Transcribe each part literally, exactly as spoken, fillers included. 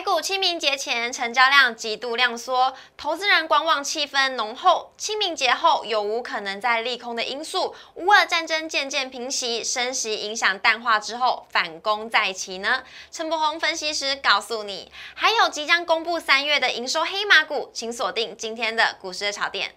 台股清明节前成交量极度量缩，投资人观望气氛浓厚。清明节后有无可能在利空的因素、乌俄战争渐渐平息、升息影响淡化之后反攻再起呢？陈柏宏分析师告诉你。还有即将公布三月的营收黑马股，请锁定今天的股市的炒店。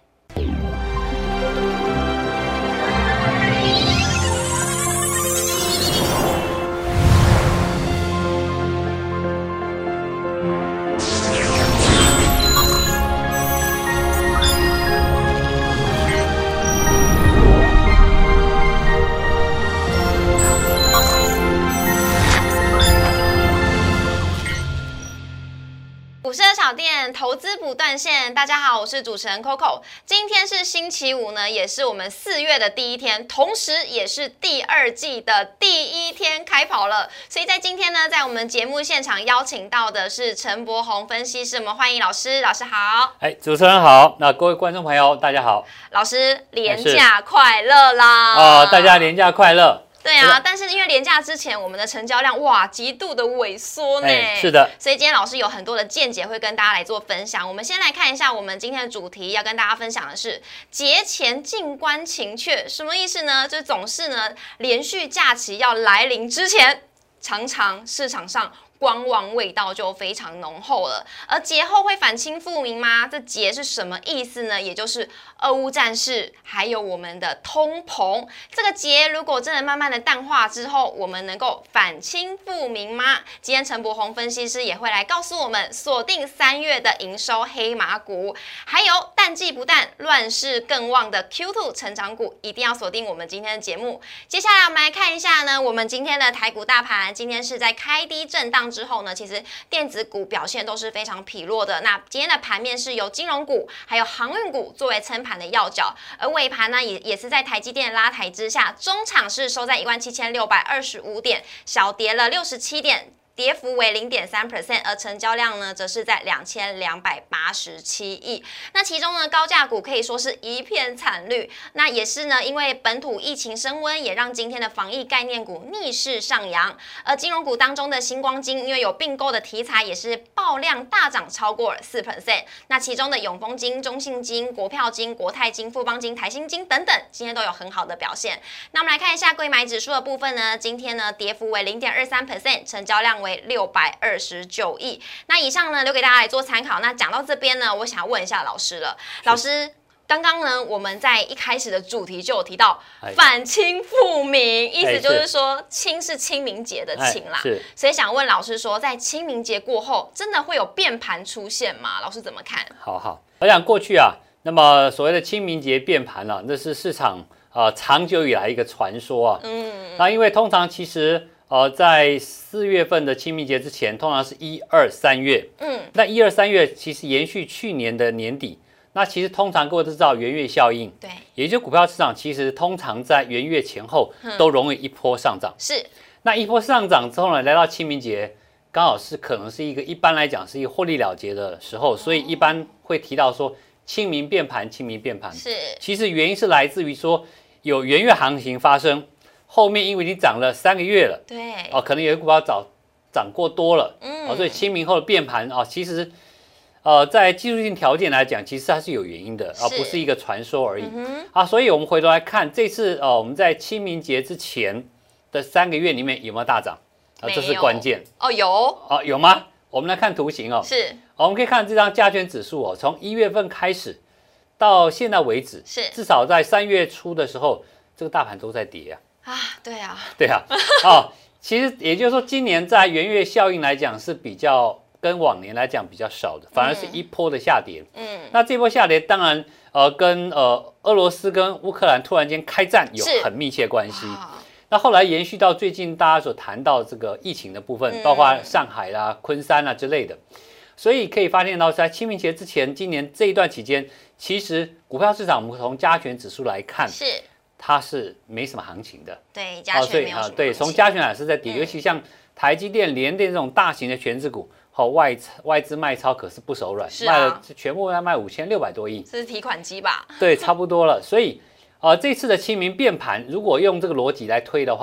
股市的炒店投资不断线，大家好，我是主持人 Coco。今天是星期五呢，也是我们四月的第一天，同时也是第二季的第一天开跑了。所以在今天呢，在我们节目现场邀请到的是陈柏宏分析师，我们欢迎老师，老师好。 哎，主持人好，那各位观众朋友大家好。 老师，连假快乐啦！ 哦，大家连假快乐。 对啊，但是因为连假之前，我们的成交量哇极度的萎缩呢、 欸。是的， 所以今天老师有很多的见解会跟大家来做分享。我们先来看一下我们今天的主题，要跟大家分享的是节前静观情却，什么意思呢？就总是呢连续假期要来临之前，常常市场上观望味道就非常浓厚了。而节后会反清复明吗？这节是什么意思呢？也就是俄乌战事，还有我们的通膨。这个节如果真的慢慢的淡化之后，我们能够反清复明吗？今天陈柏宏分析师也会来告诉我们，锁定三月的营收黑马股，还有淡季不淡、乱世更旺的 Q 二 成长股，一定要锁定我们今天的节目。接下来我们来看一下呢，我们今天的台股大盘，今天是在开低震荡之后呢，其实电子股表现都是非常疲弱的。那今天的盘面是由金融股还有航运股作为撑盘的要角，而尾盘呢也也是在台积电拉抬之下，中场是收在一万七千六百二十五点，小跌了六十七点。跌幅为 百分之零点三， 而成交量呢，则是在两千两百八十七亿。那其中呢，高价股可以说是一片惨绿。那也是呢，因为本土疫情升温，也让今天的防疫概念股逆势上扬。而金融股当中的星光金，因为有并购的题材，也是爆量大涨超过了 百分之四。那其中的永丰金、中信金、国票金、国泰金、富邦金、台新金等等，今天都有很好的表现。那我们来看一下柜买指数的部分呢，今天呢跌幅为 百分之零点二三， 成交量为六百二十九亿。那以上呢留给大家来做参考。那讲到这边呢，我想问一下老师了，老师。刚刚呢，我们在一开始的主题就有提到反清复明，意思就是说清是清明节的清啦，所以想问老师说，在清明节过后，真的会有变盘出现吗？老师怎么看？ 好好，我想过去啊，那么所谓的清明节变盘啊，那是市场呃长久以来一个传说啊。嗯，那因为通常其实呃在四月份的清明节之前，通常是一二三月，嗯，那一二三月其实延续去年的年底。那其实通常各位都知道元月效应， 对， 也就是股票市场其实通常在元月前后都容易一波上涨。 是， 那一波上涨之后呢，来到清明节，刚好是可能是一个一般来讲是一个获利了结的时候，所以一般会提到说清明变盘，清明变盘。 是， 其实原因是来自于说有元月行情发生，后面因为已经涨了三个月了， 对， 哦，可能有些股票早涨过多了，嗯，哦，所以清明后的变盘啊，哦，其实。呃，在技术性条件来讲，其实它是有原因的，而不是一个传说而已，嗯，啊。所以我们回头来看，这次呃我们在清明节之前的三个月里面有没有大涨？啊，这是关键。 哦，有。 哦，有吗？我们来看图形哦。 是。 我们可以看这张加权指数哦，从一月份开始到现在为止， 是至少在三月初的时候，这个大盘都在跌啊。 啊，对啊。 对啊。哦，其实也就是说，今年在元月效应来讲是比较。跟往年来讲比较少的，反而是一波的下跌。嗯，那这波下跌当然呃跟呃俄罗斯跟乌克兰突然间开战有很密切关系。那后来延续到最近大家所谈到这个疫情的部分，嗯，包括上海啦、昆山啦之类的，所以可以发现到在清明节之前，今年这一段期间，其实股票市场我们从加权指数来看， 是它是没什么行情的。 对，加权没有什么行情。 对，从加权来是在跌，嗯，尤其像台积电、联电这种大型的权值股。好，外外资卖超可是不手软， 是啊， 卖了全部要卖五千六百多亿， 这是提款机吧？ 对，差不多了。所以，呃，这次的清明变盘，如果用这个逻辑来推的话，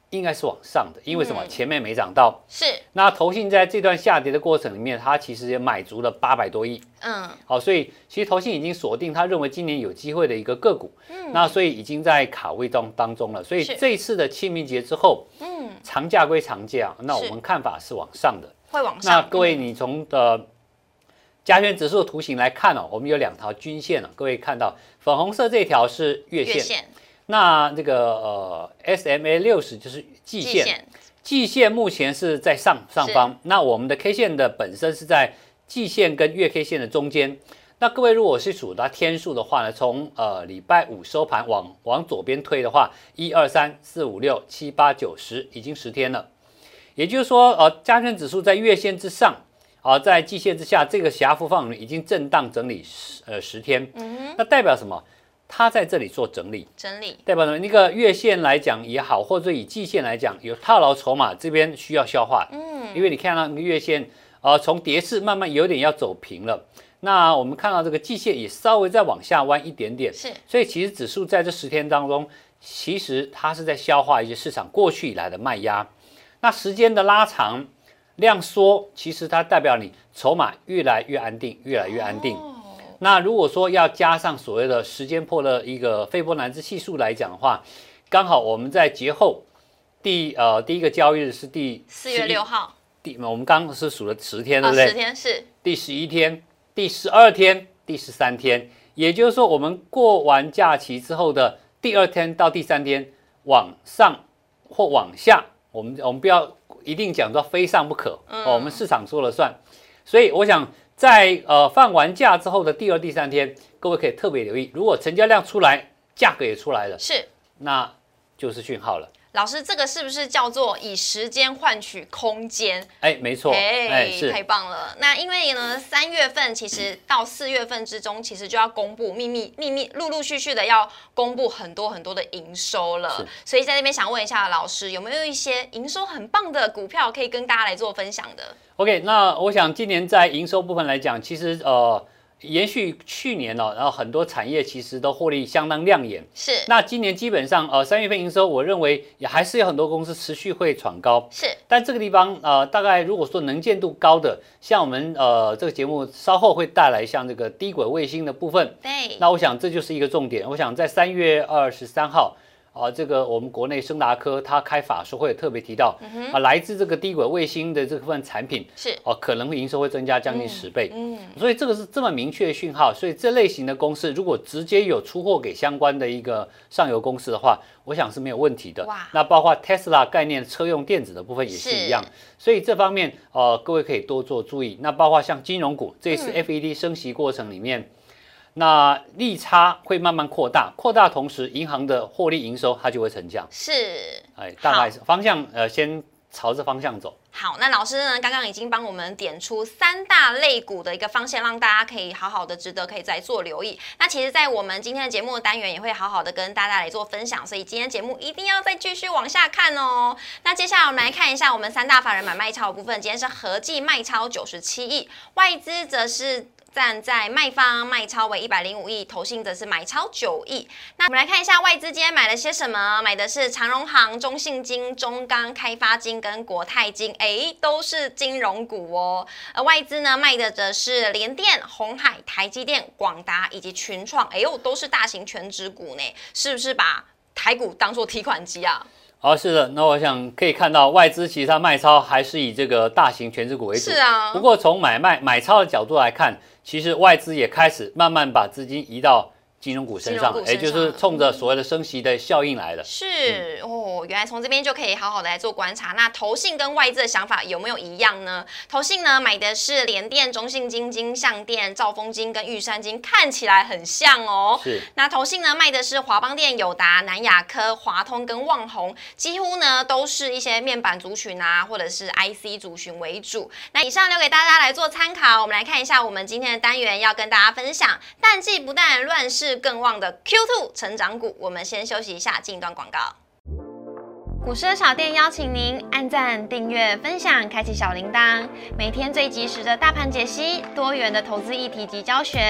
应该是往上的，因为什么？嗯、前面没涨到。 是。 那投信在这段下跌的过程里面，它其实也买足了八百多亿。嗯。好，所以其实投信已经锁定他认为今年有机会的一个个股。嗯。那所以已经在卡位当当中了。所以这一次的清明节之后，嗯，长假归长假，那我们看法是往上的。 会往上。 那各位，你从呃加权指数的图形来看哦，我们有两条均线啊，各位看到粉红色这条是月线。月线那这个呃 S M A 六十就是季线，季线目前是在上上方。那我们的 K 线的本身是在季线跟月 K 线的中间。那各位如果是数它天数的话呢，从呃礼拜五收盘往往左边推的话，一二三四五六七八九十，已经十天了。也就是说，呃，加权指数在月线之上，啊、呃，在季线之下，这个狭幅范围已经震荡整理十呃十天。嗯、那代表什么？它在这里做整理， 整理代表呢，那个月线来讲也好，或者以季线来讲，有套牢筹码这边需要消化。嗯，因为你看到那个月线，呃，从跌势慢慢有点要走平了。那我们看到这个季线也稍微再往下弯一点点， 是。 所以其实指数在这十天当中，其实它是在消化一些市场过去以来的卖压。那时间的拉长，量缩，其实它代表你筹码越来越安定，越来越安定。哦那如果说要加上所谓的时间波的一个斐波那契系数来讲的话，刚好我们在节后第呃第一个交易日是第四月六号， 第我们刚刚是数了十天，对不对？ 十天是第十一天、第十二天、第十三天，也就是说我们过完假期之后的第二天到第三天往上或往下，我们我们不要一定讲到非上不可，嗯哦、我们市场说了算，所以我想。在呃放完假之后的第二、第三天，各位可以特别留意，如果成交量出来，价格也出来了， 是， 那就是讯号了。 老师，这个是不是叫做以时间换取空间？ 哎，没错， 哎，是太棒了。那因为呢，三月份其实到四月份之中，其实就要公布秘密、秘密，陆陆续续的要公布很多很多的营收了。所以在这边想问一下老师，有没有一些营收很棒的股票可以跟大家来做分享的 ？OK， 那我想今年在营收部分来讲，其实呃。延续去年哦，然后很多产业其实都获利相当亮眼。 是。那今年基本上呃三月份营收，我认为也还是有很多公司持续会闯高。 是。 但这个地方呃大概如果说能见度高的，像我们呃这个节目稍后会带来像这个低轨卫星的部分。 对。 那我想这就是一个重点。我想在三月二十三号。啊，这个我们国内升达科它开法说会特别提到，嗯、啊，来自这个低轨卫星的这份产品是哦、啊，可能会营收会增加将近十倍，嗯，嗯所以这个是这么明确的讯号，所以这类型的公司如果直接有出货给相关的一个上游公司的话，我想是没有问题的。哇，那包括 Tesla 概念车用电子的部分也是一样，所以这方面呃各位可以多做注意。那包括像金融股这一次 F E D 升息过程里面。嗯那利差会慢慢扩大，扩大同时，银行的获利营收它就会成长。 是， 哎，大概是方向，呃，先朝着方向走。 好，那老师呢，刚刚已经帮我们点出三大类股的一个方向，让大家可以好好的值得可以再做留意。那其实，在我们今天的节目的单元也会好好的跟大家来做分享，所以今天节目一定要再继续往下看哦。那接下来我们来看一下我们三大法人买卖超的部分，今天是合计卖超九十七亿，外资则是。站在卖方卖超为一百零五亿，投信则是买超九亿。那我们来看一下外资今天买了些什么？买的是长荣航、中信金、中钢、开发金跟国泰金，哎，都是金融股哦。而外资呢卖的则是联电、鸿海、台积电、广达以及群创，哎呦，都是大型全指股呢，是不是把台股当作提款机啊？ 哦，是的，那我想可以看到外资其实它卖超还是以这个大型全指股为主。 是啊。不过从买卖买超的角度来看，其实外资也开始慢慢把资金移到金融股身上，也就是冲着所谓的升息的效应来的。 是、嗯、哦，原来从这边就可以好好的来做观察。那投信跟外资的想法有没有一样呢？投信呢买的是联电、中信金、金像电、兆丰金跟玉山金，看起来很像哦。 是。 那投信呢卖的是华邦电、友达、南亚科、华通跟旺宏，几乎呢都是一些面板族群啊，或者是 I C 族群为主。那以上留给大家来做参考。我们来看一下我们今天的单元要跟大家分享，淡季不淡，乱世更旺的 Q 二 成长股。我们先休息一下，进一段广告。股市的小店邀请您按赞、订阅、分享，开启小铃铛，每天最及时的大盘解析、多元的投资议题及教学，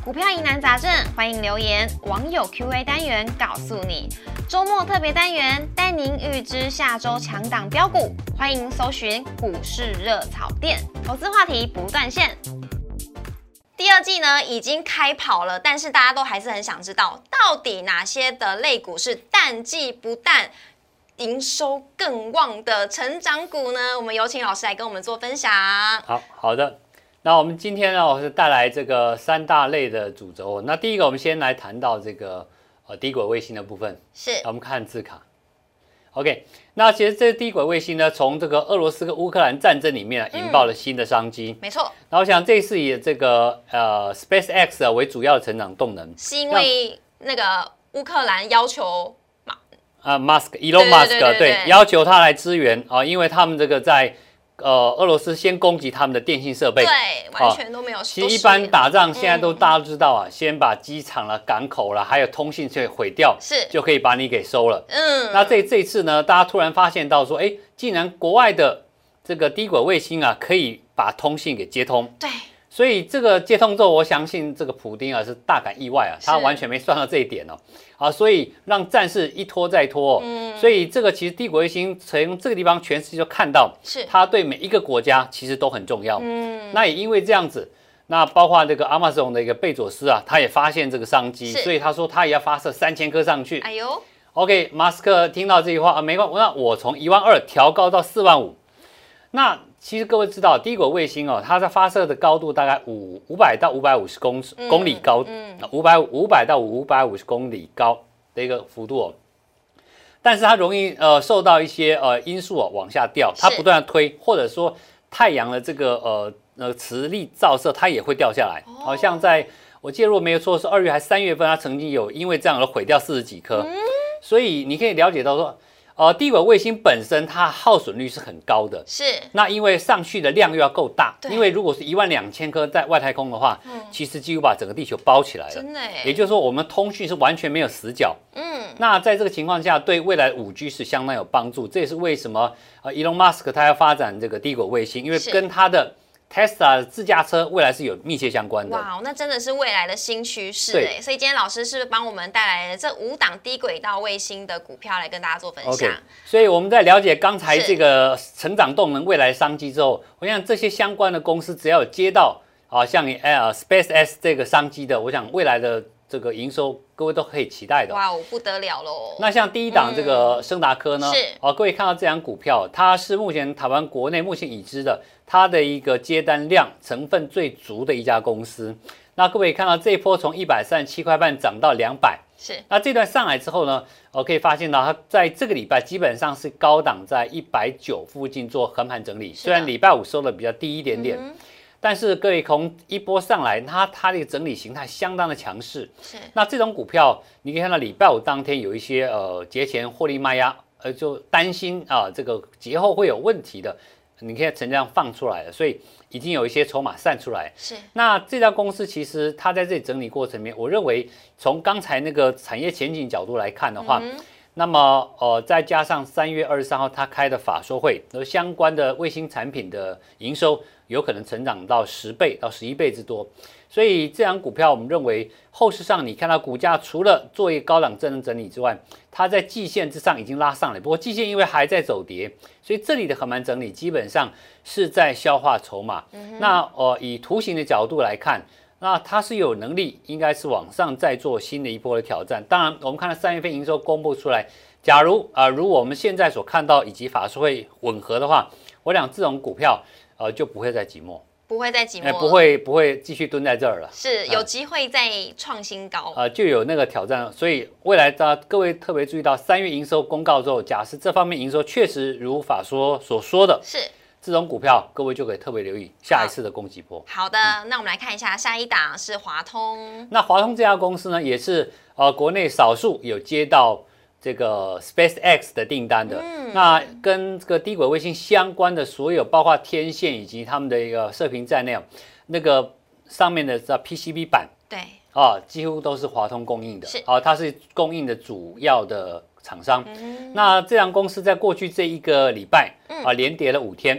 股票疑难杂症，欢迎留言，网友 Q A 单元告诉你。周末特别单元带您预知下周强档标股，欢迎搜寻股市热炒店，投资话题不断线。第二季呢已经开跑了，但是大家都还是很想知道，到底哪些的类股是淡季不淡，营收更旺的成长股呢？我们有请老师来跟我们做分享。 好好的，那我们今天呢，我是带来这个三大类的主轴。那第一个，我们先来谈到这个呃低轨卫星的部分。 是， 我们看字卡。OK， 那其实这低轨卫星呢，从这个俄罗斯跟乌克兰战争里面啊，引爆了新的商机。 嗯、没错。 那我想这一次以这个呃 SpaceX 为主要的成长动能， 是因为那个乌克兰要求嘛， 啊 Musk，Elon Musk 对要求他来支援啊，因为他们这个在呃俄罗斯先攻击他们的电信设备， 对，完全都没有。 其实一般打仗现在都大家都知道啊，嗯、先把机场啦、港口啦，还有通信线毁掉， 是就可以把你给收了。 嗯， 那这这一次呢，大家突然发现到说，哎，竟然国外的这个低轨卫星啊，可以把通信给接通。 对。 所以这个接通之后，我相信这个普丁啊是大感意外啊，他完全没算到这一点哦，啊，所以让战事一拖再拖、哦，嗯，所以这个其实低轨卫星从这个地方全世界就看到， 是它对每一个国家其实都很重要，嗯，那也因为这样子，那包括这个 Amazon 的一个贝佐斯啊，他也发现这个商机，所以他说他也要发射三千颗上去， 哎呦 ，OK， 马斯克听到这句话啊，没关系，那我从一万二调高到四万五，那。其实各位知道，低轨卫星哦，它在发射的高度大概五五百到五百五十公公里高，嗯，五百五百到五百五十公里高的一个幅度哦。但是它容易呃受到一些呃因素哦往下掉，它不断的推，或者说太阳的这个呃呃磁力照射，它也会掉下来。好、哦、像在我记得如果没有错是二月还三月份，它曾经有因为这样而毁掉四十几颗，嗯、所以你可以了解到说。呃，低轨卫星本身它耗损率是很高的， 是。 那因为上去的量又要够大，因为如果是一万两千颗在外太空的话，嗯，其实几乎把整个地球包起来了。 真的耶。 也就是说，我们通讯是完全没有死角。嗯。那在这个情况下，对未来五 G 是相当有帮助。这也是为什么呃，Elon Musk 他要发展这个低轨卫星，因为跟他的 Tesla 自驾车未来是有密切相关的。 哇，那真的是未来的新趋势哎！所以今天老师是不是帮我们带来了这五档低轨道卫星的股票来跟大家做分享 ？OK， 所以我们在了解刚才这个成长动能未来商机之后，我想这些相关的公司只要有接到啊，像呃 SpaceX 这个商机的，我想未来的这个营收各位都可以期待的。 哇，不得了喽！ 那像第一档这个升达科呢， 是哦，各位看到这档股票，它是目前台湾国内目前已知的，它的一个接单量成分最足的一家公司。那各位看到这一波从一百三十七块半涨到两百， 是。 那这段上来之后呢，我可以发现到它在这个礼拜基本上是高档在一百九附近做横盘整理，虽然礼拜五收的比较低一点点。嗯，但是各位从一波上来，它它的整理形态相当的强势。 是。那这种股票，你可以看到礼拜五当天有一些呃节前获利卖压，呃就担心啊这个节后会有问题的，你可以成交量放出来了，所以已经有一些筹码散出来。 是。那这家公司其实它在这里整理过程里面，我认为从刚才那个产业前景角度来看的话，嗯、那么呃再加上三月二十三号它开的法说会，和相关的卫星产品的营收。有可能成长到十倍到十一倍之多，所以这档股票我们认为后市上你看到股价除了做一个高档震荡整理之外，它在季线之上已经拉上来，不过季线因为还在走跌，所以这里的横盘整理基本上是在消化筹码。嗯、那呃以图形的角度来看，那它是有能力应该是往上再做新的一波的挑战。当然我们看到三月份营收公布出来，假如啊、呃、如我们现在所看到以及法说会吻合的话，我想这种股票。呃，就不会再寂寞， 不会再寂寞、 欸，不会不会继续蹲在这儿了， 是有机会再创新高， 呃，就有那个挑战，所以未来的各位特别注意到三月营收公告之后，假设这方面营收确实如法说所说的， 是这种股票，各位就可以特别留意下一次的攻击波。 好的，嗯、那我们来看一下下一档是华通， 那华通这家公司呢，也是呃国内少数有接到。这个 SpaceX 的订单的，嗯、那跟这个低轨卫星相关的所有，包括天线以及他们的一个射频在内，那个上面的 P C B 板， 对， 啊，几乎都是华通供应的， 是， 啊，它是供应的主要的厂商。嗯、那这家公司在过去这一个礼拜，啊，连跌了五天。不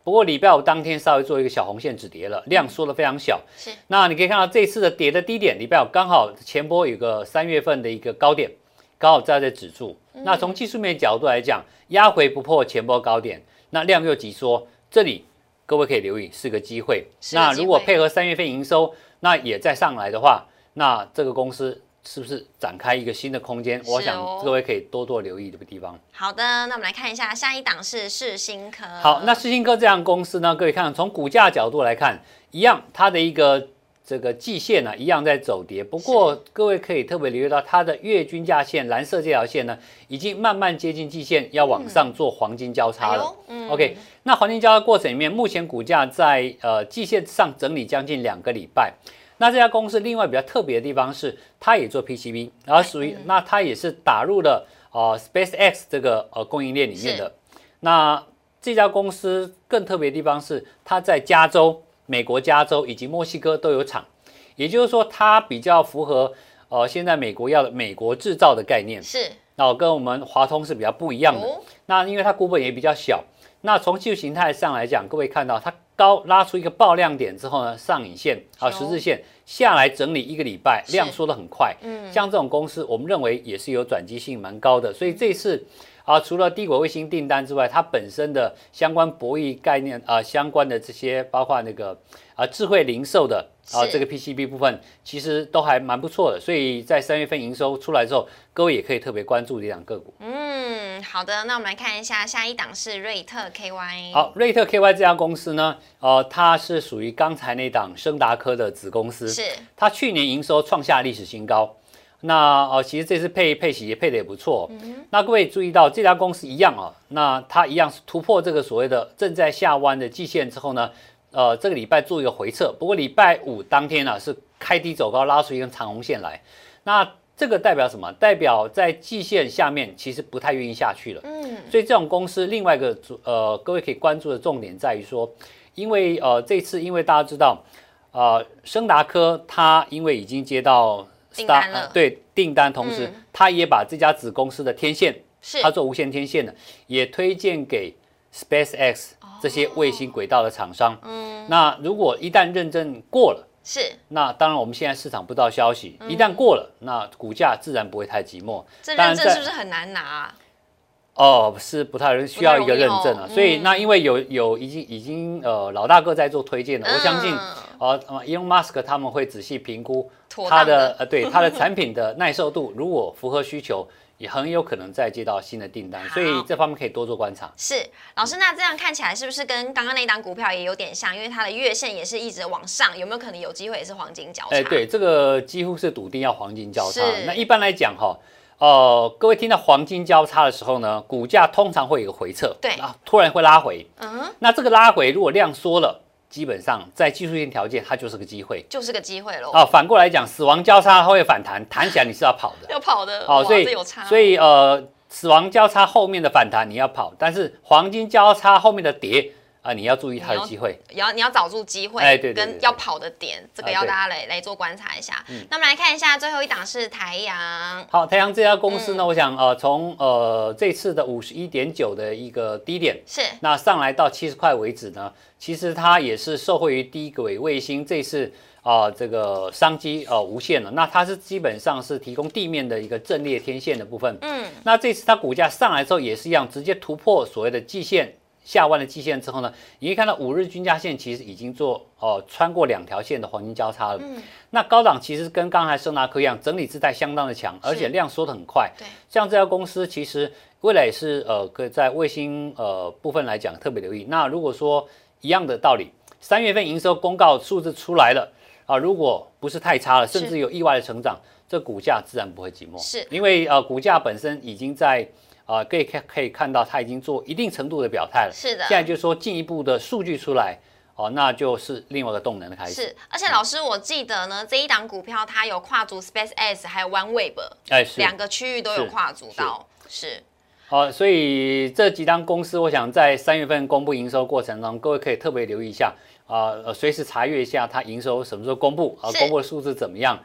不过礼拜五当天稍微做一个小红线止跌了，量缩的非常小。 是， 那你可以看到这次的跌的低点，礼拜五刚好前波有个三月份的一个高点，刚好在这止住。嗯、那从技术面角度来讲，压回不破前波高点，那量又急缩，这里各位可以留意是个机会。那如果配合三月份营收，那也再上来的话，那这个公司是不是展开一个新的空间？我想各位可以多多留意这个地方。 好的，那我们来看一下下一档是世新科。 好，那世新科这样公司呢，各位看从股价角度来看，一样它的一个这个季线呢、啊，一样在走跌。不过各位可以特别留意到它的月均价线蓝色这条线呢，已经慢慢接近季线，要往上做黄金交叉了。嗯哎、OK， 那黄金交叉过程里面，目前股价在呃季线上整理将近两个礼拜。那这家公司另外比较特别的地方是，它也做 P C B， 然后属于、嗯、那它也是打入了呃 SpaceX 这个呃供应链里面的。那这家公司更特别的地方是，它在加州、美国加州以及墨西哥都有厂，也就是说它比较符合呃现在美国要的美国制造的概念。 是， 那跟我们华通是比较不一样的。哦、那因为它股本也比较小。那从技术形态上来讲，各位看到它高拉出一个爆量点之后呢，上影线啊十日线下来整理一个礼拜，量缩得很快。嗯，像这种公司，我们认为也是有转机性蛮高的。所以这次啊，除了低轨卫星订单之外，它本身的相关博弈概念啊，相关的这些包括那个啊智慧零售的啊这个 P C B 部分，其实都还蛮不错的。所以在三月份营收出来之后，各位也可以特别关注这档个股。 嗯，好的，那我们来看一下下一档是瑞特 K Y。 好，瑞特 K Y 这家公司呢，呃，它是属于刚才那档升达科的子公司， 是它去年营收创下历史新高。那呃，其实这次配配息也配的也不错。嗯、那各位注意到这家公司一样啊，那它一样是突破这个所谓的正在下弯的季线之后呢，呃，这个礼拜做一个回撤。不过礼拜五当天呢、啊、是开低走高，拉出一根长红线来。那这个代表什么？代表在季线下面其实不太愿意下去了。嗯，所以这种公司另外一个呃，各位可以关注的重点在于说，因为呃这次因为大家知道，呃，升达科它因为已经接到订单了， 呃、对订单，同时、嗯、它也把这家子公司的天线， 是它做无线天线的，也推荐给 SpaceX 这些卫星轨道的厂商。嗯，那如果一旦认证过了。 是， 那当然，我们现在市场不知道消息，嗯、一旦过了，那股价自然不会太寂寞。 这认证是不是很难拿、啊？ 哦，是不太需要一个认证啊。 哦、 所以那因为有有已经已经呃老大哥在做推荐了，嗯、我相信呃 Elon Musk 他们会仔细评估他的呃对他的产品的耐受度，如果符合需求。也很有可能再接到新的订单，所以这方面可以多做观察。 是，老师，那这样看起来是不是跟刚刚那一档股票也有点像？因为它的月线也是一直往上，有没有可能有机会也是黄金交叉？ 哎，对，这个几乎是笃定要黄金交叉。那一般来讲哈，呃，各位听到黄金交叉的时候呢，股价通常会有个回撤， 对， 啊，突然会拉回。 嗯， 那这个拉回如果量缩了。基本上在技术性条件，它就是个机会， 就是个机会喽。 啊，反过来讲，死亡交叉它会反弹，弹起来你是要跑的， 要跑的。 哦，所以所以呃，死亡交叉后面的反弹你要跑，但是黄金交叉后面的跌啊、呃，你要注意它的机会， 你要你要找住机会， 哎，对对对对， 跟要跑的点，这个要大家来、啊、来做观察一下。嗯、那我们来看一下最后一档是台阳。 好，台阳这家公司呢，嗯、我想呃，从呃这次的五十一点九的一个低点是那上来到七十块为止呢。其实它也是受惠于低轨卫星这次啊、呃、这个商机呃无限了，那它是基本上是提供地面的一个阵列天线的部分。嗯，那这次它股价上来之后也是一样，直接突破所谓的季线下弯的季线之后呢，你可以看到五日均价线其实已经做哦、呃、穿过两条线的黄金交叉了。嗯，那高档其实跟刚才升达科一样，整理姿态相当的强，而且量缩得很快。 对， 像这家公司其实未来也是呃可以在卫星呃部分来讲特别留意。那如果说一样的道理，三月份营收公告数字出来了啊，如果不是太差了，甚至有意外的成长，这股价自然不会寂寞。 是， 因为呃股价本身已经在啊、呃、可以看可以看到它已经做一定程度的表态了。 是的， 现在就是说进一步的数据出来。哦，那就是另外一个动能的开始。 是，而且老师，我记得呢，这一档股票它有跨足 SpaceX 还有 OneWeb， 哎， 两个区域都有跨足到。是。是好、哦，所以这几档公司，我想在三月份公布营收过程中，各位可以特别留意一下啊，呃，随时查阅一下它营收什么时候公布啊，公布的数字怎么样。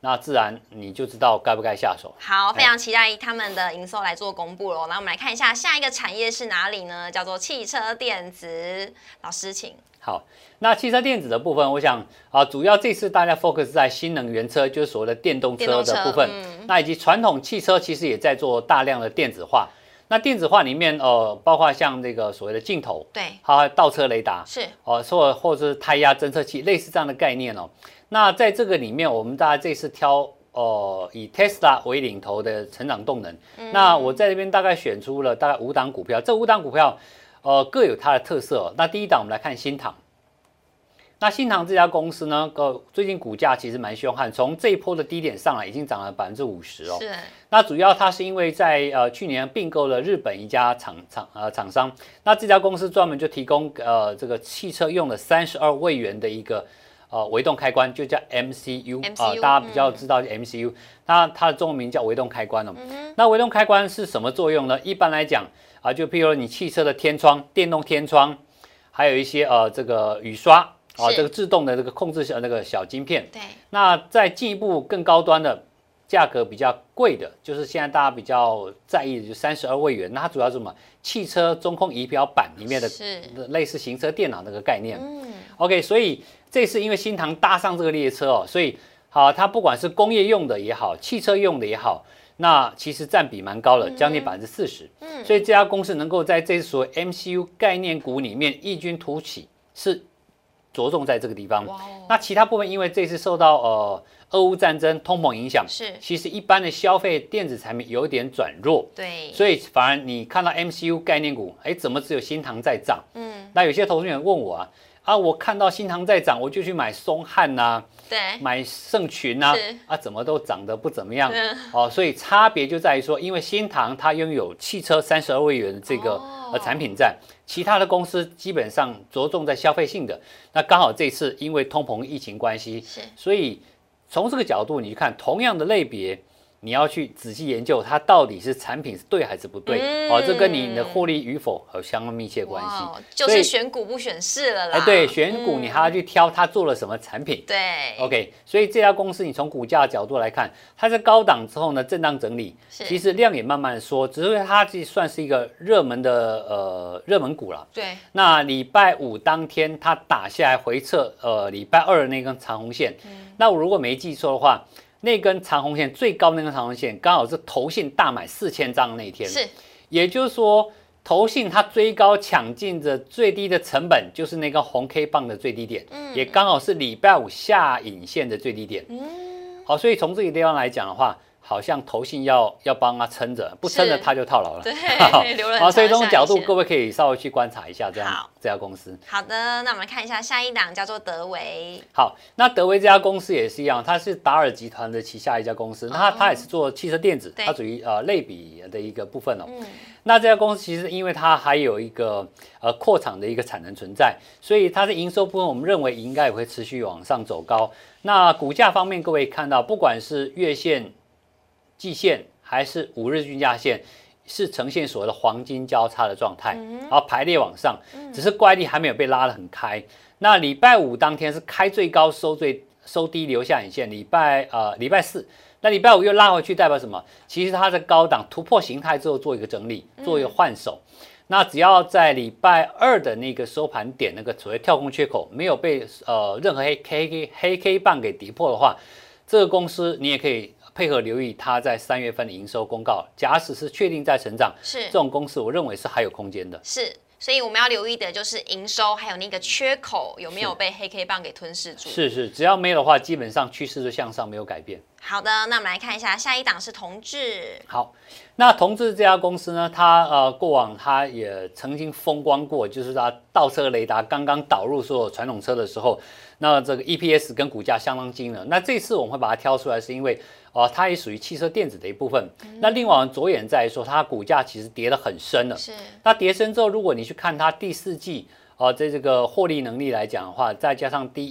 那自然你就知道该不该下手。 好，非常期待他们的营收来做公布喽。那我们来看一下下一个产业是哪里呢？叫做汽车电子。老师，请。 好，那汽车电子的部分，我想啊，主要这次大家 focus 在新能源车，就是所谓的电动车的部分，嗯、那以及传统汽车其实也在做大量的电子化。那电子化里面，呃，包括像这个所谓的镜头， 对， 还有倒车雷达， 是哦，或或者是胎压侦测器，类似这样的概念哦。那在这个里面，我们大家这次挑哦、呃，以 Tesla 为领头的成长动能。嗯、那我在这边大概选出了大概五档股票，这五档股票。呃，各有它的特色、哦。那第一档我们来看新唐。那新唐这家公司呢，呃，最近股价其实蛮凶悍，从这一波的低点上来，已经涨了百分之五十哦。 是。 那主要它是因为在呃去年并购了日本一家厂厂呃厂商，那这家公司专门就提供呃这个汽车用的三十二位元的一个呃微动开关，就叫 M C U 啊、呃，大家比较知道 M C U，、嗯、那它的中文名叫微动开关哦。嗯、那微动开关是什么作用呢？一般来讲。啊，就譬如你汽车的天窗、电动天窗，还有一些呃这个雨刷啊，这个自动的这个控制小那个小晶片。 对。 那再进一步更高端的，价格比较贵的，就是现在大家比较在意的，就三十二位元。那它主要是什么？汽车中控仪表板里面的类似行车电脑那个概念。嗯。OK， 所以这次因为新唐搭上这个列车哦，所以好、啊，它不管是工业用的也好，汽车用的也好。那其实占比蛮高的，将近百分之四十。嗯，所以这家公司能够在这所 M C U 概念股里面异军突起，是着重在这个地方。哇哦、那其他部分因为这次受到呃俄乌战争、通膨影响， 是其实一般的消费电子产品有一点转弱。 对， 所以反而你看到 M C U 概念股，哎，怎么只有新唐在涨？嗯，那有些投资人问我啊。啊，我看到新唐在涨，我就去买松汉呐、啊， 对， 买盛群呐、啊，啊，怎么都涨得不怎么样哦，所以差别就在于说，因为新唐它拥有汽车三十二位元的这个、哦、呃产品在，其他的公司基本上着重在消费性的，那刚好这次因为通膨疫情关系， 是， 所以从这个角度你去看，同样的类别。你要去仔细研究它到底是产品是对还是不对、嗯、哦，这跟你的获利与否有相当密切关系。 就是选股不选市了啦。 哎，对，选股你还要去挑它做了什么产品。 对、 嗯、，OK， 所以这家公司你从股价的角度来看，它在高档之后呢，震荡整理，其实量也慢慢的缩，只是它这算是一个热门的呃热门股了。 对， 那礼拜五当天它打下来回撤，呃，礼拜二的那根长红线，嗯、那我如果没记错的话。那根长红线最高那根长红线刚好是投信大买四千张那一天， 是， 也就是说投信它追高抢进的最低的成本就是那根红 K 棒的最低点，嗯，也刚好是礼拜五下影线的最低点，嗯，好，所以从这个地方来讲的话，好像投信要要帮他撑着，不撑着他就套牢了， 对，留了好，所以这种角度各位可以稍微去观察一下这样这家公司。 好的，那我们看一下下一档叫做德微。 好，那德微这家公司也是一样，它是达尔集团的旗下一家公司，那它它也是做汽车电子，它属于呃类比的一个部分哦。嗯，那这家公司其实因为它还有一个呃扩厂的一个产能存在，所以它的营收部分我们认为应该也会持续往上走高。那股价方面，各位看到不管是月线、季线还是五日均价线，是呈现所谓的黄金交叉的状态，然后排列往上，只是怪力还没有被拉得很开。那礼拜五当天是开最高收最收低留下影线，礼拜呃礼拜四，那礼拜五又拉回去，代表什么？其实它的高档突破形态之后做一个整理，做一个换手。那只要在礼拜二的那个收盘点那个所谓跳空缺口没有被呃任何黑 K 黑 K 棒给跌破的话，这个公司你也可以配合留意它在三月份的营收公告，假使是确定在成长， 是这种公司，我认为是还有空间的。 是，所以我们要留意的就是营收还有那个缺口有没有被黑 K 棒给吞噬住。 是是，只要没有的话，基本上趋势就向上，没有改变。 好的，那我们来看一下下一档是同致。 好，那同致这家公司呢，它呃过往它也曾经风光过，就是它倒车雷达刚刚导入所有传统车的时候，那这个 E P S 跟股价相当惊人。那这次我们会把它挑出来，是因为哦、呃、它也属于汽车电子的一部分。嗯、那另外我们着眼在说，它股价其实跌得很深了。 是。那跌深之后，如果你去看它第四季哦、呃，在这个获利能力来讲的话，再加上第一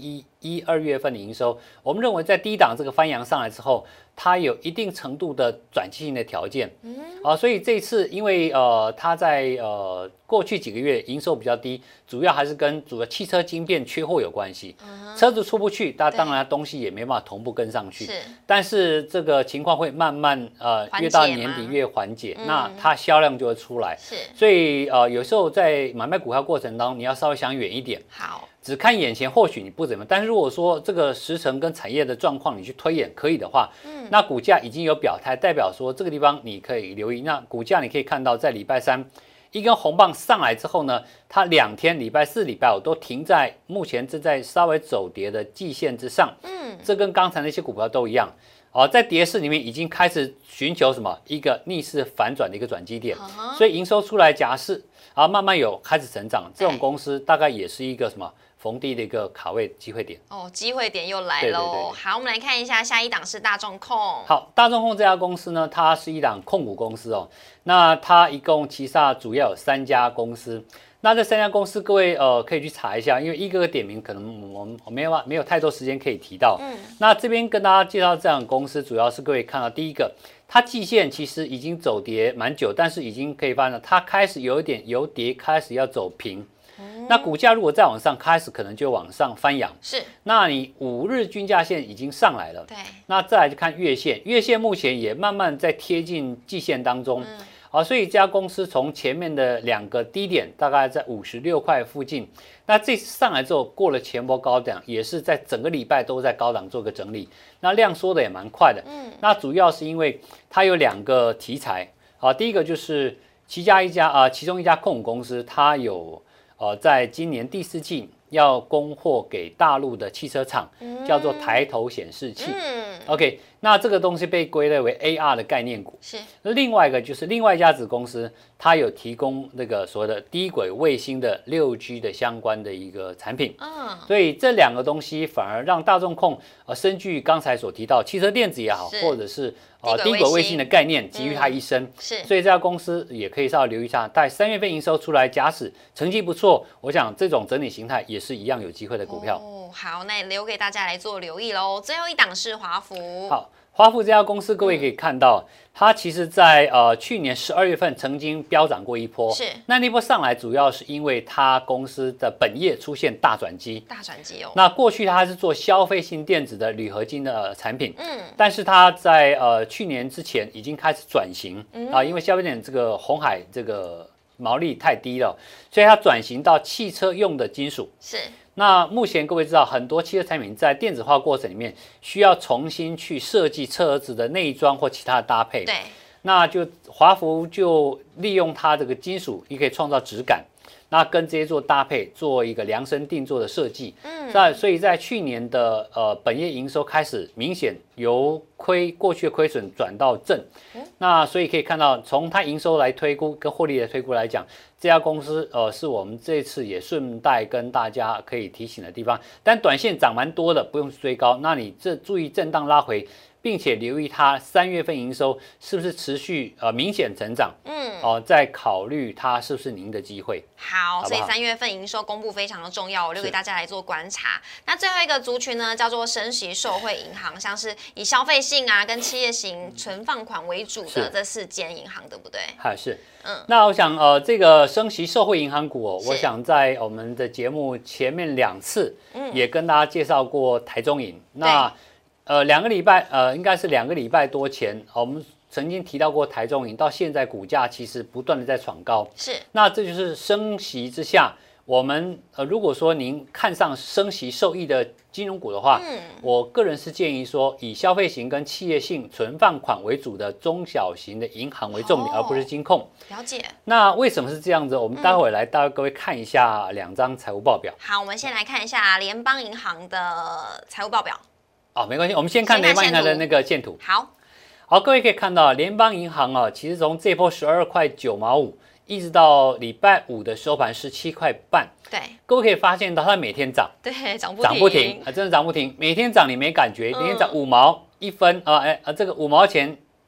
一二月份的营收，我们认为在低档这个翻扬上来之后，它有一定程度的转机性的条件，嗯，啊，所以这一次因为呃它在呃过去几个月营收比较低，主要还是跟主要汽车晶片缺货有关系，嗯、车子出不去，那当然东西也没办法同步跟上去，是，但是这个情况会慢慢呃越到年底越缓解，嗯、那它销量就会出来，是，所以呃有时候在买卖股票过程当中，你要稍微想远一点， 好。 只看眼前或许你不怎么样，但是如果说这个时程跟产业的状况你去推演可以的话，嗯，那股价已经有表态，代表说这个地方你可以留意。那股价你可以看到，在礼拜三一根红棒上来之后呢，它两天礼拜四、礼拜五都停在目前正在稍微走跌的季线之上，嗯，这跟刚才那些股票都一样。哦，在跌势里面已经开始寻求什么一个逆势反转的一个转机点， uh-huh. 所以营收出来夹势，然后慢慢有开始成长，这种公司大概也是一个什么逢低的一个卡位机会点。 哦，机会点又来喽。好，我们来看一下下一档是大众控。 好，大众控这家公司呢，它是一档控股公司哦，那它一共旗下主要有三家公司。那这三家公司，各位呃可以去查一下，因为一个个点名，可能我们没有没有太多时间可以提到。嗯，那这边跟大家介绍这样公司，主要是各位看到第一个，它季线其实已经走跌蛮久，但是已经可以发现它开始有一点由跌开始要走平。嗯、那股价如果再往上，开始可能就往上翻扬。是，那你五日均价线已经上来了。对，那再来就看月线，月线目前也慢慢在贴近季线当中。嗯，好，所以这家公司从前面的两个低点，大概在五十六块附近，那这次上来之后过了前波高档，也是在整个礼拜都在高档做个整理，那量缩的也蛮快的。嗯，那主要是因为它有两个题材，啊，第一个就是其家一家啊、呃，其中一家控股公司，它有呃在今年第四季要供货给大陆的汽车厂，嗯、叫做抬头显示器。嗯 ，OK。那这个东西被归类为 A R 的概念股，是。另外一个就是另外一家子公司，它有提供那个所谓的低轨卫星的六 G 的相关的一个产品，嗯，所以这两个东西反而让大众控呃深具刚才所提到汽车电子也好，或者是呃低轨卫星的概念集于它一身，嗯、是。所以这家公司也可以稍微留意一下，待三月份营收出来，假使成绩不错，我想这种整理形态也是一样有机会的股票。 哦，好，那也留给大家来做留意喽。最后一档是华孚。 好。华孚这家公司，各位可以看到，它其实在呃去年十二月份曾经飙涨过一波，是。那那波上来主要是因为它公司的本业出现大转机， 大转机哦。 那过去它是做消费性电子的铝合金的、呃、产品，嗯，但是它在呃去年之前已经开始转型、嗯、啊，因为消费电子这个鸿海这个毛利太低了，所以它转型到汽车用的金属，是。那目前各位知道，很多汽车产品在电子化过程里面需要重新去设计车子的内装或其他的搭配。对，那就华孚就利用它这个金属，你可以创造质感，那跟这些做搭配，做一个量身定做的设计。嗯，在所以在去年的呃本业营收开始明显由亏过去的亏损转到正。嗯、那所以可以看到，从它营收来推估跟获利的推估来讲。这家公司呃是我们这次也顺带跟大家可以提醒的地方，但短线涨蛮多的，不用追高。那你这注意震荡拉回，并且留意它三月份营收是不是持续呃明显成长，嗯，哦、呃，再考虑它是不是您的机会。 好，好好所以三月份营收公布非常的重要，我留给大家来做观察。那最后一个族群呢，叫做升息受惠银行，像是以消费性啊跟企业型存放款为主的这四间银行，对不对？ 还是。嗯，那我想，呃，这个升息受惠银行股哦，我想在我们的节目前面两次，嗯，也跟大家介绍过台中银。那，呃，两个礼拜，呃，应该是两个礼拜多前，我们曾经提到过台中银，到现在股价其实不断的在闯高。是，那这就是升息之下，我们呃，如果说您看上升息受益的金融股的话，嗯，我个人是建议说，以消费型跟企业性存放款为主的中小型的银行为重点，哦、而不是金控。 了解。 那为什么是这样子？我们待会来带各位看一下两张财务报表。 好，我们先来看一下联邦银行的财务报表。 哦，没关系，我们先看联邦银行的那个线图。 好， 好，各位可以看到，联邦银行啊，其实从这波十二块九毛五。一直到礼拜五的收盘十七块半，对，各位可以发现到它每天涨， 对，涨不涨不停啊，真的涨不停，每天涨你没感觉，每天涨五毛一分啊，哎啊，这个五毛钱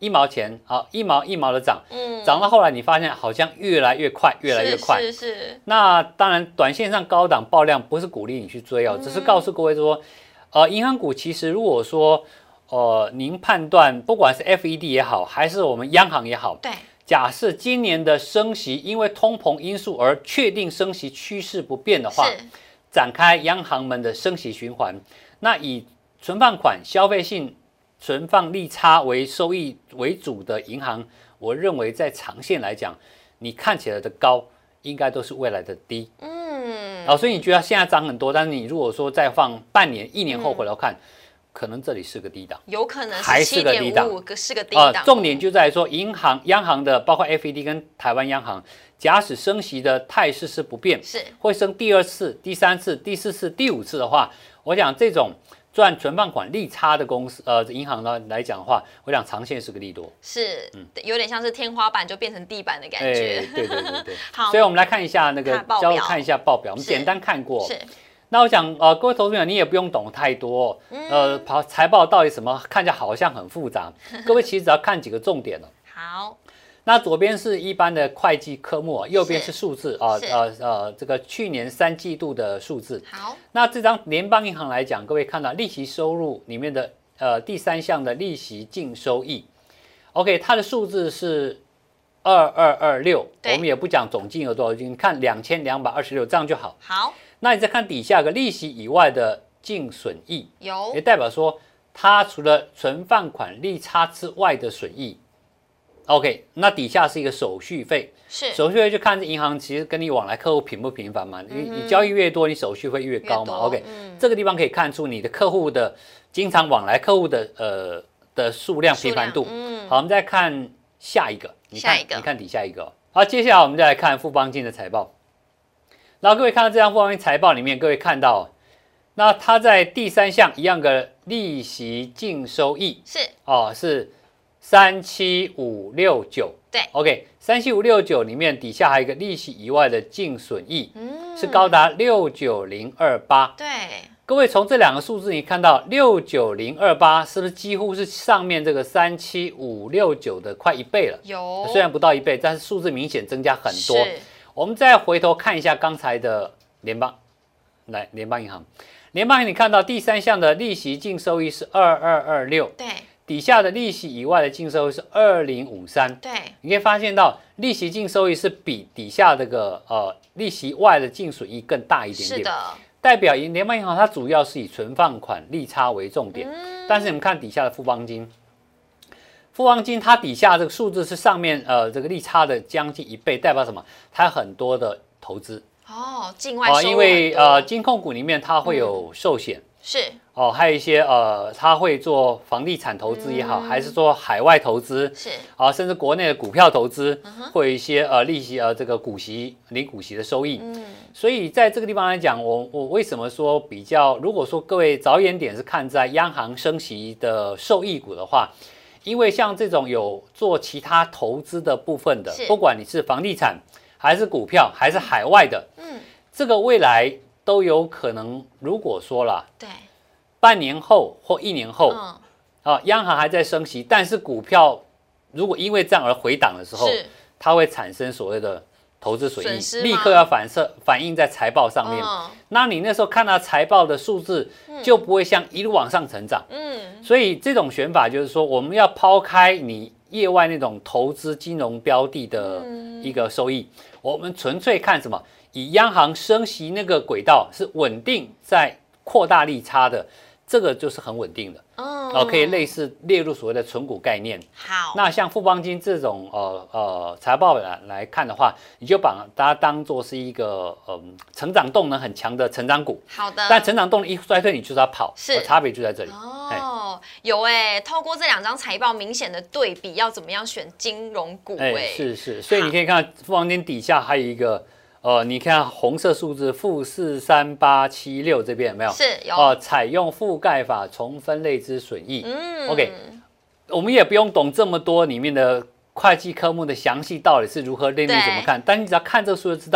一毛钱啊，一毛一毛的涨，嗯，涨到后来你发现好像越来越快，越来越快。 是是是。 那当然，短线上高档爆量不是鼓励你去追哦，只是告诉各位说，呃，银行股其实如果说，呃，您判断不管是 F E D 也好，还是我们央行也好， 对， 假设今年的升息因为通膨因素而确定升息趋势不变的话，展开央行们的升息循环，那以存放款、消费性存放利差为收益为主的银行，我认为在长线来讲，你看起来的高，应该都是未来的低。嗯，啊，所以你觉得现在涨很多，但是你如果说再放半年、一年后回头看，嗯、可能这里是个低档， 有可能还是个低档， 是个低档。 啊，重点就在于说，银行、央行的，包括 F E D 跟台湾央行，假使升息的态势是不变， 是会升第二次、第三次、第四次、第五次的话，我想这种赚存放款利差的公司，呃，银行呢来讲的话，我想长线是个利多， 是，嗯，有点像是天花板就变成地板的感觉。 欸、对对对对。 好， 所以我们来看一下那个，教看一下报表，我们简单看过。 是。 那我想，呃，各位投资者，你也不用懂太多，嗯、呃，跑财报到底什么，看起来好像很复杂。各位其实只要看几个重点了。 好。 那左边是一般的会计科目，右边是数字啊，呃呃，这个去年三季度的数字。 好， 那这张联邦银行来讲，各位看到利息收入里面的呃第三项的利息净收益 ，OK， 它的数字是二二二六，我们也不讲总金额多少，你看两千两百二十六这样就好。 好， 那你再看底下个利息以外的净损益， 有， 也代表说它除了存放款利差之外的损益。OK， 那底下是一个手续费， 是手续费就看银行其实跟你往来客户频不频繁嘛，你、嗯、你交易越多，你手续费越高嘛。OK，、嗯、这个地方可以看出你的客户的经常往来客户的呃的数量频繁度。嗯，好，我们再看下一个，你看下一个， 你看底下一个。好，接下来我们再来看富邦金的财报。然后各位看到这张富邦金财报里面，各位看到，那它在第三项一样的利息净收益是哦是。三七五六九， 对 ，OK， 三七五六九里面底下还有一个利息以外的净损益，嗯，是高达六九零二八。 对， 各位从这两个数字，你看到六九零二八是不是几乎是上面这个三七五六九的快一倍了？ 有， 虽然不到一倍，但是数字明显增加很多。我们再回头看一下刚才的联邦，来联邦银行，联邦银行你看到第三项的利息净收益是二二二六， 对。 底下的利息以外的净收益是二零五三， 对， 你可以发现到利息净收益是比底下这个呃利息外的净损益更大一点点， 是的， 代表联邦银行它主要是以存放款利差为重点，嗯、但是你们看底下的富邦金，富邦金它底下这个数字是上面呃这个利差的将近一倍，代表什么？它有很多的投资哦，境外收入、 呃、因为呃金控股里面它会有寿险。嗯是哦，还有一些呃，他会做房地产投资也好，嗯、还是做海外投资， 是啊，甚至国内的股票投资，嗯、会有一些呃利息呃这个股息领股息的收益。嗯，所以在这个地方来讲，我我为什么说比较？如果说各位着眼点是看在央行升息的受益股的话，因为像这种有做其他投资的部分的，不管你是房地产还是股票还是海外的，嗯，这个未来。都有可能，如果说啦， 对， 半年后或一年后，嗯、啊，央行还在升息，但是股票如果因为这样而回档的时候，它会产生所谓的投资损益，立刻要反射反映在财报上面。嗯、那你那时候看到财报的数字，就不会像一路往上成长。嗯，所以这种选法就是说，我们要抛开你业外那种投资金融标的的一个收益，嗯、我们纯粹看什么？以央行升息那个轨道是稳定在扩大利差的，这个就是很稳定的，哦、呃，可以类似列入所谓的存股概念。 好， 那像富邦金这种呃呃财报来来看的话，你就把它当做是一个嗯、呃、成长动能很强的成长股。 好的， 但成长动能一衰退，你就是要跑， 是差别就在这里。 哦，有哎、欸，透过这两张财报明显的对比，要怎么样选金融股、欸？哎、欸， 是是，所以你可以看富邦金底下还有一个。呃，你看红色数字负四三八七六这边有没有？ 是有。 哦、呃，采用覆盖法重分类之损益。嗯 ，OK， 我们也不用懂这么多里面的会计科目的详细到底是如何列率怎么看，但你只要看这个数就知道，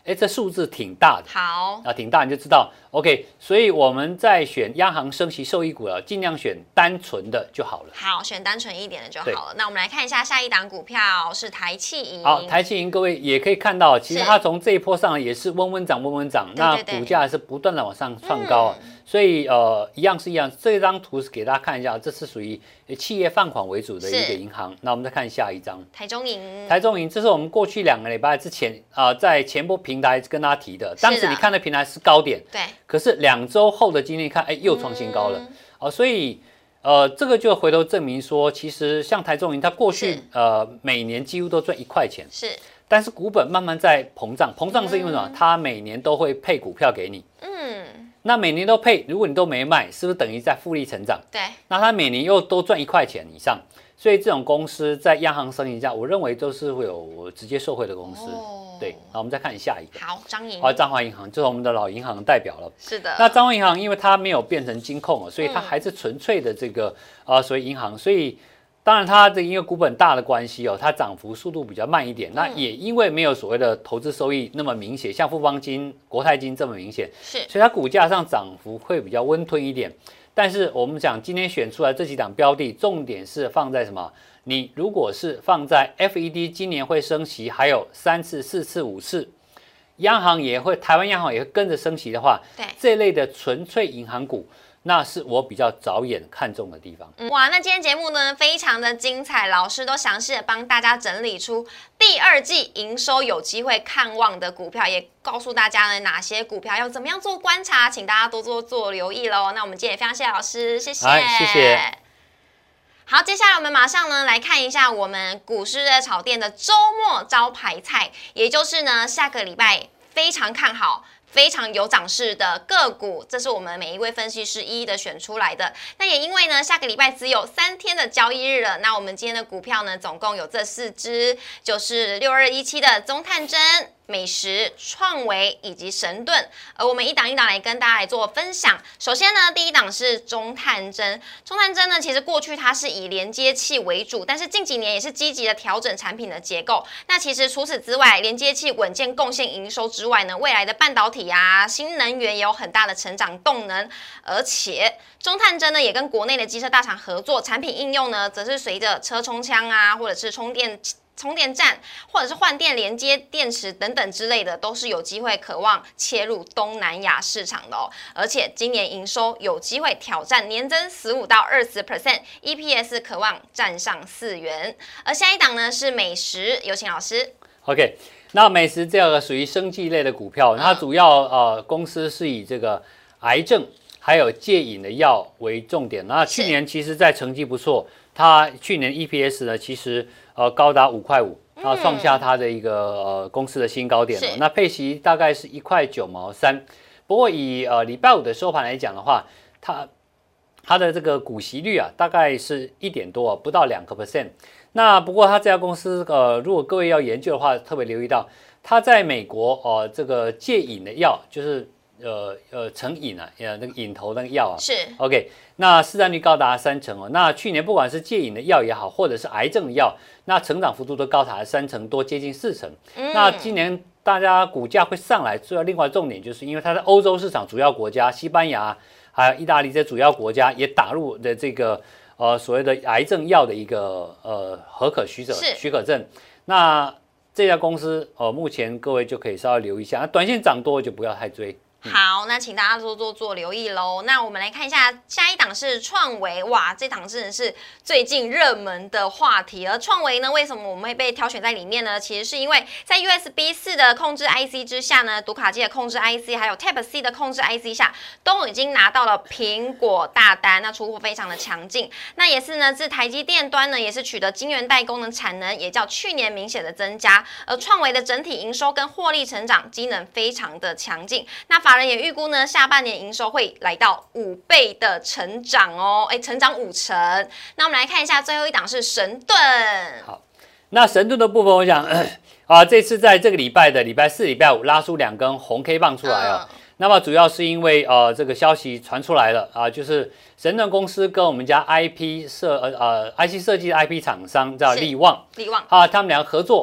哎，这数字挺大的， 好啊，挺大，你就知道 ，OK。所以我们在选央行升息受益股了，尽量选单纯的就好了。 好，选单纯一点的就好了。那我们来看一下下一档股票是台企银。 好，台企银各位也可以看到，其实它从这一波上也是温温涨，温温涨，那股价是不断的往上创高啊。嗯、所以呃，一样是一样，这张图是给大家看一下，这是属于企业放款为主的一个银行。那我们再看下一张， 台中银。 台中银，这是我们过去两个礼拜之前啊、呃，在前波平台跟大家提的，当时你看的平台是高点， 对， 可是两周后的今天看，哎，又创新高了，嗯、哦，所以呃，这个就回头证明说，其实像台中银，它过去呃每年几乎都赚一块钱， 是， 但是股本慢慢在膨胀，膨胀是因为什么？嗯、它每年都会配股票给你，嗯，那每年都配，如果你都没卖，是不是等于在复利成长？ 对， 那它每年又都赚一块钱以上。所以这种公司在央行升息下，我认为都是会有直接受惠的公司。哦、对，那我们再看下一个。 好，彰银。 好，彰华银行就是我们的老银行代表了。 是的。 那彰华银行因为它没有变成金控了，所以它还是纯粹的这个啊、呃，所谓银行。所以当然它的因为股本大的关系哦，它涨幅速度比较慢一点。嗯、那也因为没有所谓的投资收益那么明显，像富邦金、国泰金这么明显， 是， 所以它股价上涨幅会比较温吞一点。但是我们讲今天选出来这几档标的，重点是放在什么？你如果是放在 F E D 今年会升息，还有三次、四次、五次，央行也会，台湾央行也会跟着升息的话， 对这类的纯粹银行股，那是我比较着眼看中的地方。 嗯、哇，那今天节目呢非常的精彩，老师都详细的帮大家整理出第二季营收有机会看望的股票，也告诉大家呢哪些股票要怎么样做观察，请大家多多做留意喽。那我们今天也非常谢谢老师，谢谢， 谢谢。 好，接下来我们马上呢来看一下我们股市热炒店的周末招牌菜，也就是呢下个礼拜非常看好、非常有涨势的个股，这是我们每一位分析师一一的选出来的。那也因为呢下个礼拜只有三天的交易日了，那我们今天的股票呢总共有这四只，就是六二一七的中探针、美食、创维以及神盾，而我们一档一档来跟大家来做分享。首先呢，第一档是中探针。中探针呢，其实过去它是以连接器为主，但是近几年也是积极的调整产品的结构。那其实除此之外，连接器稳健贡献营收之外呢，未来的半导体啊、新能源也有很大的成长动能。而且中探针呢，也跟国内的机车大厂合作，产品应用呢，则是随着车充枪啊，或者是充电。充电站或者是换电连接电池等等之类的，都是有机会渴望切入东南亚市场的哦。而且今年营收有机会挑战年增十五到二十 percent，E P S 渴望站上四元。而下一档呢是美食，有请老师。 OK， 那美食这个属于生技类的股票，它主要呃公司是以这个癌症还有戒瘾的药为重点。那去年其实在成绩不错，它去年 E P S 呢其实。呃，高达五块五，啊，创下它的一个呃公司的新高点了。那配息大概是一块九毛三，不过以呃礼拜五的收盘来讲的话，它它的这个股息率啊，大概是一点多，不到两个 percent。那不过它这家公司呃，如果各位要研究的话，特别留意到它在美国哦、呃，这个戒瘾的药就是。呃呃，成瘾啊，呃那个瘾头那个药啊， 是 OK， 那市占率高达三成哦。那去年不管是戒瘾的药也好，或者是癌症的药，那成长幅度都高达三成多，接近四成。嗯、那今年大家股价会上来，主要另外重点就是因为它在欧洲市场主要国家，西班牙还有意大利这些主要国家也打入的这个呃所谓的癌症药的一个呃核可许可许可证。那这家公司呃目前各位就可以稍微留意一下，那短线涨多就不要太追。 好，那请大家多多做留意喽。那我们来看一下下一档是创维，哇，这档真的是最近热门的话题。而创维呢，为什么我们会被挑选在里面呢？其实是因为在 U S B 四 的控制 I C 之下呢，读卡机的控制 I C， 还有 Type C 的控制 I C 下，都已经拿到了苹果大单，那出货非常的强劲。那也是呢，自台积电端呢，也是取得晶圆代工的产能，也较去年明显的增加。而创维的整体营收跟获利成长机能非常的强劲。那法人也预估呢，下半年营收会来到五倍的成长哦，哎，成长五成。那我们来看一下最后一档是神盾。 好，那神盾的部分，我想啊，这次在这个礼拜的礼拜四、礼拜五拉出两根红 K 棒出来哦。嗯、那么主要是因为呃这个消息传出来了啊，就是神盾公司跟我们家 I P 设呃呃 I C 设计的 I P 厂商叫力旺， 力旺啊，他们两个合作。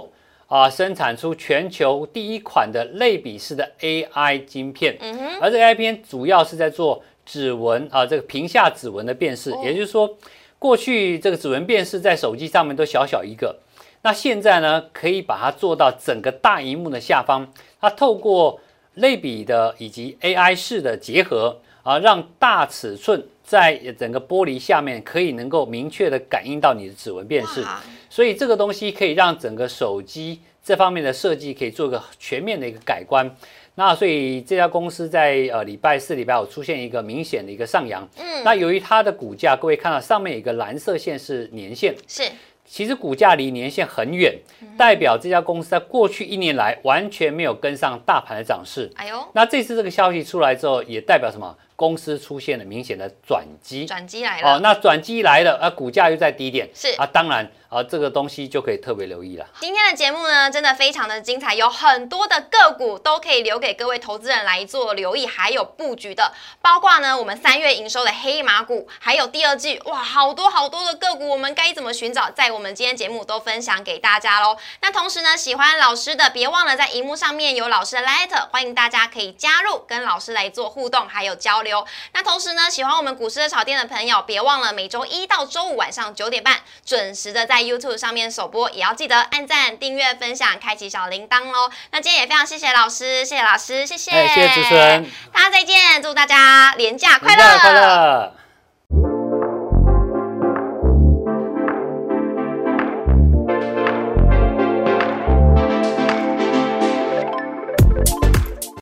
啊，生产出全球第一款的类比式的 A I 晶片， 嗯哼， 而这个 A I 晶片主要是在做指纹啊，这个屏下指纹的辨识， 哦、 也就是说，过去这个指纹辨识在手机上面都小小一个，那现在呢，可以把它做到整个大荧幕的下方，它透过类比的以及 A I 式的结合啊，让大尺寸在整个玻璃下面可以能够明确的感应到你的指纹辨识。所以这个东西可以让整个手机这方面的设计可以做个全面的一个改观。那所以这家公司在呃礼拜四、礼拜五出现一个明显的一个上扬。嗯，那由于它的股价，各位看到上面有一个蓝色线是年线， 是， 其实股价离年线很远，代表这家公司在过去一年来完全没有跟上大盘的涨势。 哎呦， 那这次这个消息出来之后，也代表什么？公司出现了明显的转机， 转机来了。 哦，那转机来了，啊，股价又在低点， 是啊，当然啊，这个东西就可以特别留意了。 今天的节目呢，真的非常的精彩，有很多的个股都可以留给各位投资人来做留意，还有布局的，包括呢我们三月营收的黑马股，还有第二季，哇，好多好多的个股，我们该怎么寻找，在我们今天节目都分享给大家喽。那同时呢，喜欢老师的，别忘了在荧幕上面有老师的 Line， 欢迎大家可以加入，跟老师来做互动，还有交流。那同时呢，喜欢我们股市的炒店的朋友，别忘了每周一到周五晚上九点半准时的在 YouTube 上面首播，也要记得按赞、订阅、分享、开启小铃铛哦。那今天也非常谢谢老师，谢谢老师，谢谢， 哎，谢谢主持人， 大家再见，祝大家连假快乐， 连假快乐。